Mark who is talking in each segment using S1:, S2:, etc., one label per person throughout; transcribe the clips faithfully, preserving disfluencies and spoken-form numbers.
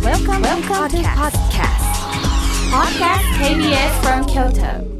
S1: Welcome, Welcome to podcast. Podcast ケービーエス from Kyoto.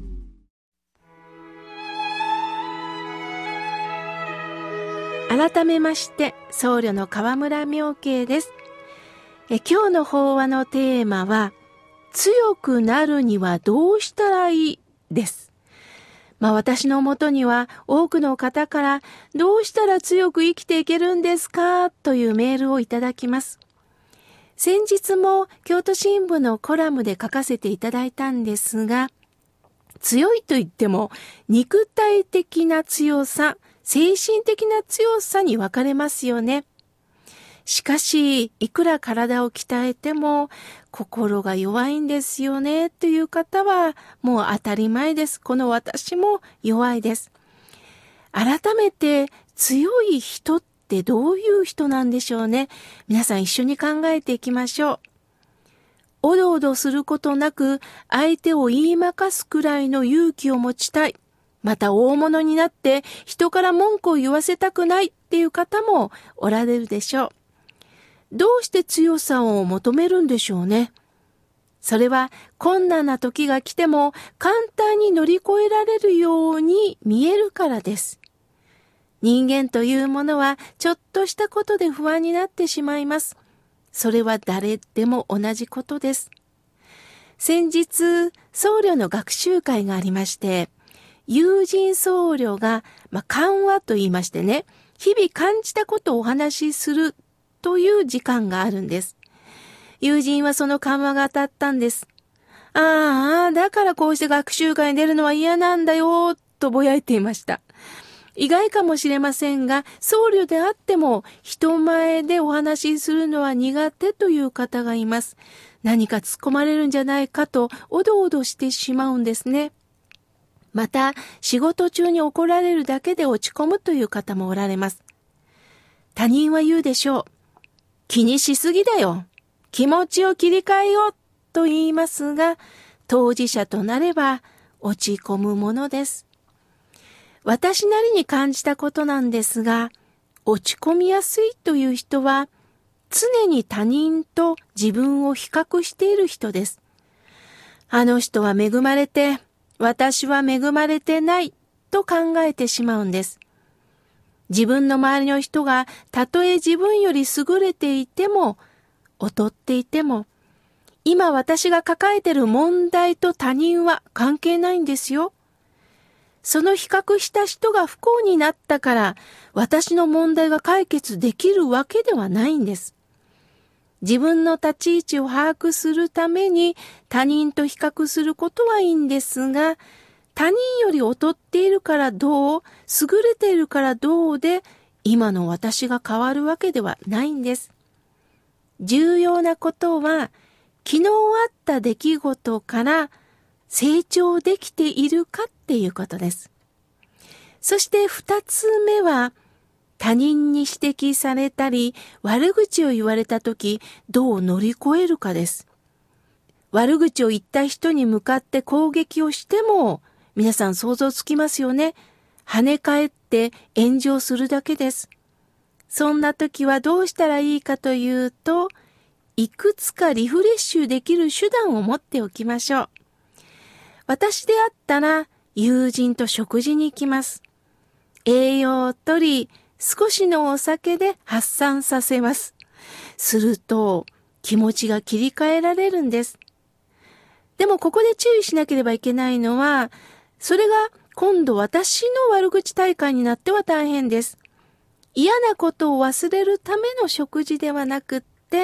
S2: 改めまして僧侶の河村妙慶です。え今日の法話のテーマは強くなるにはどうしたらいいです。まあ私のもとには多くの方からどうしたら強く生きていけるんですかというメールをいただきます。先日も京都新聞のコラムで書かせていただいたんですが、強いと言っても肉体的な強さ、精神的な強さに分かれますよね。しかし、いくら体を鍛えても心が弱いんですよねという方はもう当たり前です。この私も弱いです。改めて強い人ってどういう人なんでしょうね。皆さん一緒に考えていきましょう。おどおどすることなく相手を言いまかすくらいの勇気を持ちたい。また大物になって人から文句を言わせたくないっていう方もおられるでしょう。どうして強さを求めるんでしょうね。それは困難な時が来ても簡単に乗り越えられるように見えるからです。人間というものはちょっとしたことで不安になってしまいます。それは誰でも同じことです。先日、僧侶の学習会がありまして、友人僧侶が、まあ、談話と言いましてね、日々感じたことをお話しするという時間があるんです。友人はその談話が当たったんです。ああ、だからこうして学習会に出るのは嫌なんだよ、とぼやいていました。意外かもしれませんが、僧侶であっても人前でお話しするのは苦手という方がいます。何か突っ込まれるんじゃないかとおどおどしてしまうんですね。また、仕事中に怒られるだけで落ち込むという方もおられます。他人は言うでしょう。気にしすぎだよ。気持ちを切り替えようと言いますが、当事者となれば落ち込むものです。私なりに感じたことなんですが、落ち込みやすいという人は、常に他人と自分を比較している人です。あの人は恵まれて、私は恵まれてないと考えてしまうんです。自分の周りの人がたとえ自分より優れていても、劣っていても、今私が抱えている問題と他人は関係ないんですよ。その比較した人が不幸になったから、私の問題が解決できるわけではないんです。自分の立ち位置を把握するために他人と比較することはいいんですが、他人より劣っているからどう、優れているからどうで、今の私が変わるわけではないんです。重要なことは、昨日あった出来事から成長できているかっていうことです。そして二つ目は、他人に指摘されたり悪口を言われたときどう乗り越えるかです。悪口を言った人に向かって攻撃をしても皆さん想像つきますよね。跳ね返って炎上するだけです。そんな時はどうしたらいいかというと、いくつかリフレッシュできる手段を持っておきましょう。私であったら友人と食事に行きます。栄養をとり少しのお酒で発散させます。すると気持ちが切り替えられるんです。でもここで注意しなければいけないのは、それが今度私の悪口大会になっては大変です。嫌なことを忘れるための食事ではなくって、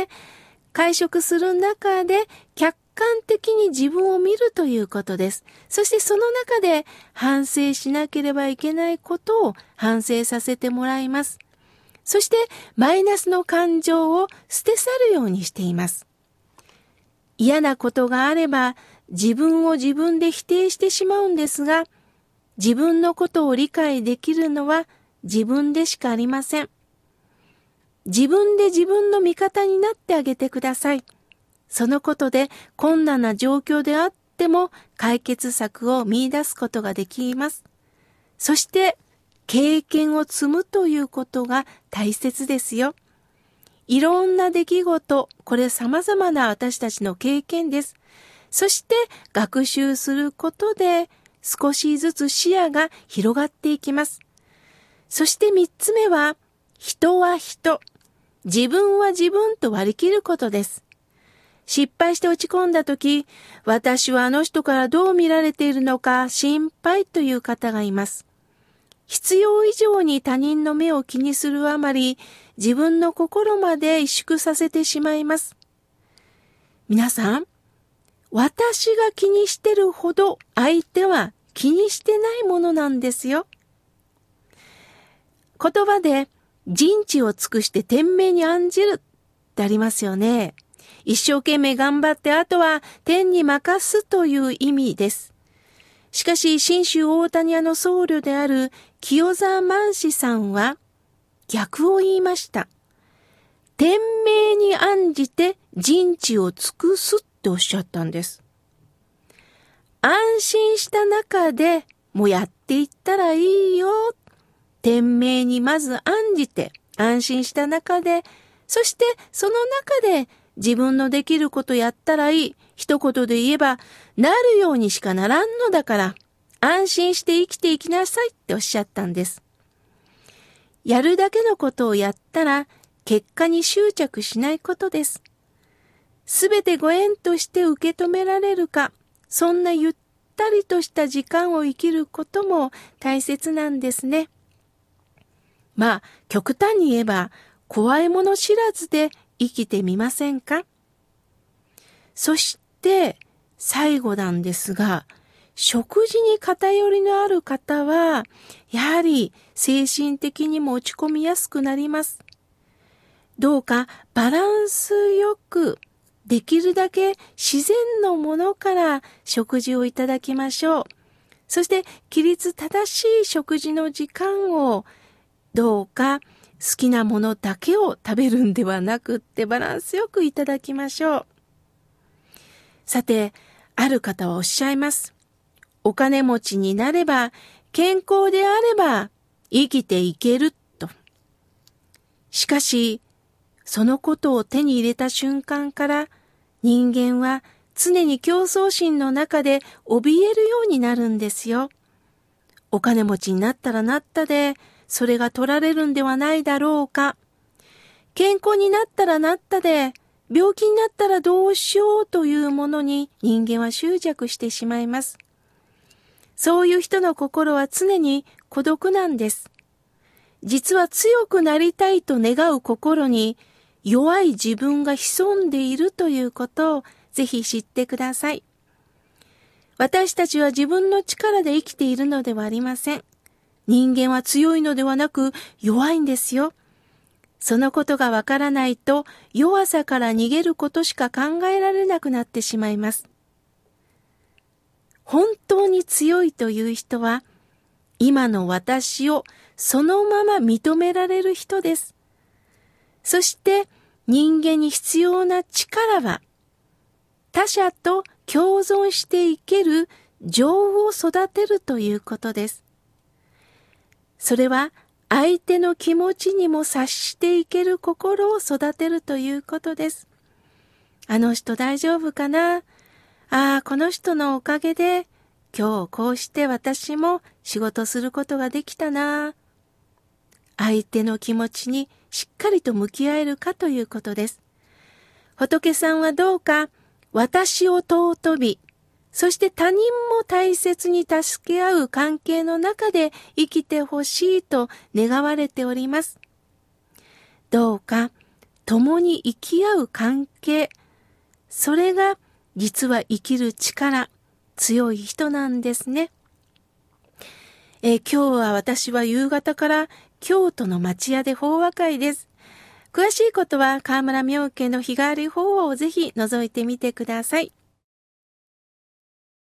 S2: 会食する中で客観的に自分を見るということです。そしてその中で反省しなければいけないことを反省させてもらいます。そしてマイナスの感情を捨て去るようにしています。嫌なことがあれば自分を自分で否定してしまうんですが、自分のことを理解できるのは自分でしかありません。自分で自分の味方になってあげてください。そのことで困難な状況であっても解決策を見出すことができます。そして経験を積むということが大切ですよ。 いろんな出来事、これ様々な私たちの経験です。そして学習することで少しずつ視野が広がっていきます。そして三つ目は、人は人、自分は自分と割り切ることです。失敗して落ち込んだとき、私はあの人からどう見られているのか心配という方がいます。必要以上に他人の目を気にするあまり、自分の心まで萎縮させてしまいます。皆さん、私が気にしてるほど相手は気にしてないものなんですよ。言葉で人知を尽くして天命に案じるってありますよね。一生懸命頑張ってあとは天に任すという意味です。しかし信州大谷屋の僧侶である清沢万枝さんは逆を言いました。天命に案じて人知を尽くすっておっしゃったんです。安心した中でもうやっていったらいいよ。天命にまず案じて安心した中で、そしてその中で自分のできることやったらいい。一言で言えば、なるようにしかならんのだから、安心して生きていきなさいっておっしゃったんです。やるだけのことをやったら、結果に執着しないことです。すべてご縁として受け止められるか、そんなゆったりとした時間を生きることも大切なんですね。まあ、極端に言えば、怖いもの知らずで生きてみませんか？そして、最後なんですが、食事に偏りのある方は、やはり精神的にも落ち込みやすくなります。どうかバランスよく、できるだけ自然のものから食事をいただきましょう。そして、規律正しい食事の時間を、どうか好きなものだけを食べるんではなくってバランスよくいただきましょう。さて、ある方はおっしゃいます。お金持ちになれば、健康であれば生きていけると。しかし、そのことを手に入れた瞬間から人間は常に競争心の中で怯えるようになるんですよ。お金持ちになったらなったで、それが取られるんではないだろうか。健康になったらなったで、病気になったらどうしようというものに人間は執着してしまいます。そういう人の心は常に孤独なんです。実は強くなりたいと願う心に弱い自分が潜んでいるということをぜひ知ってください。私たちは自分の力で生きているのではありません。人間は強いのではなく弱いんですよ。そのことがわからないと弱さから逃げることしか考えられなくなってしまいます。本当に強いという人は今の私をそのまま認められる人です。そして人間に必要な力は他者と共存していける情を育てるということです。それは相手の気持ちにも察していける心を育てるということです。あの人大丈夫かな？ああ、この人のおかげで今日こうして私も仕事することができたな。相手の気持ちにしっかりと向き合えるかということです。仏さんはどうか私を尊び、そして他人も大切に助け合う関係の中で生きてほしいと願われております。どうか共に生き合う関係、それが実は生きる力、強い人なんですね。え今日は私は夕方から京都の町屋で法話会です。詳しいことは河村明家の日替わり法話をぜひ覗いてみてください。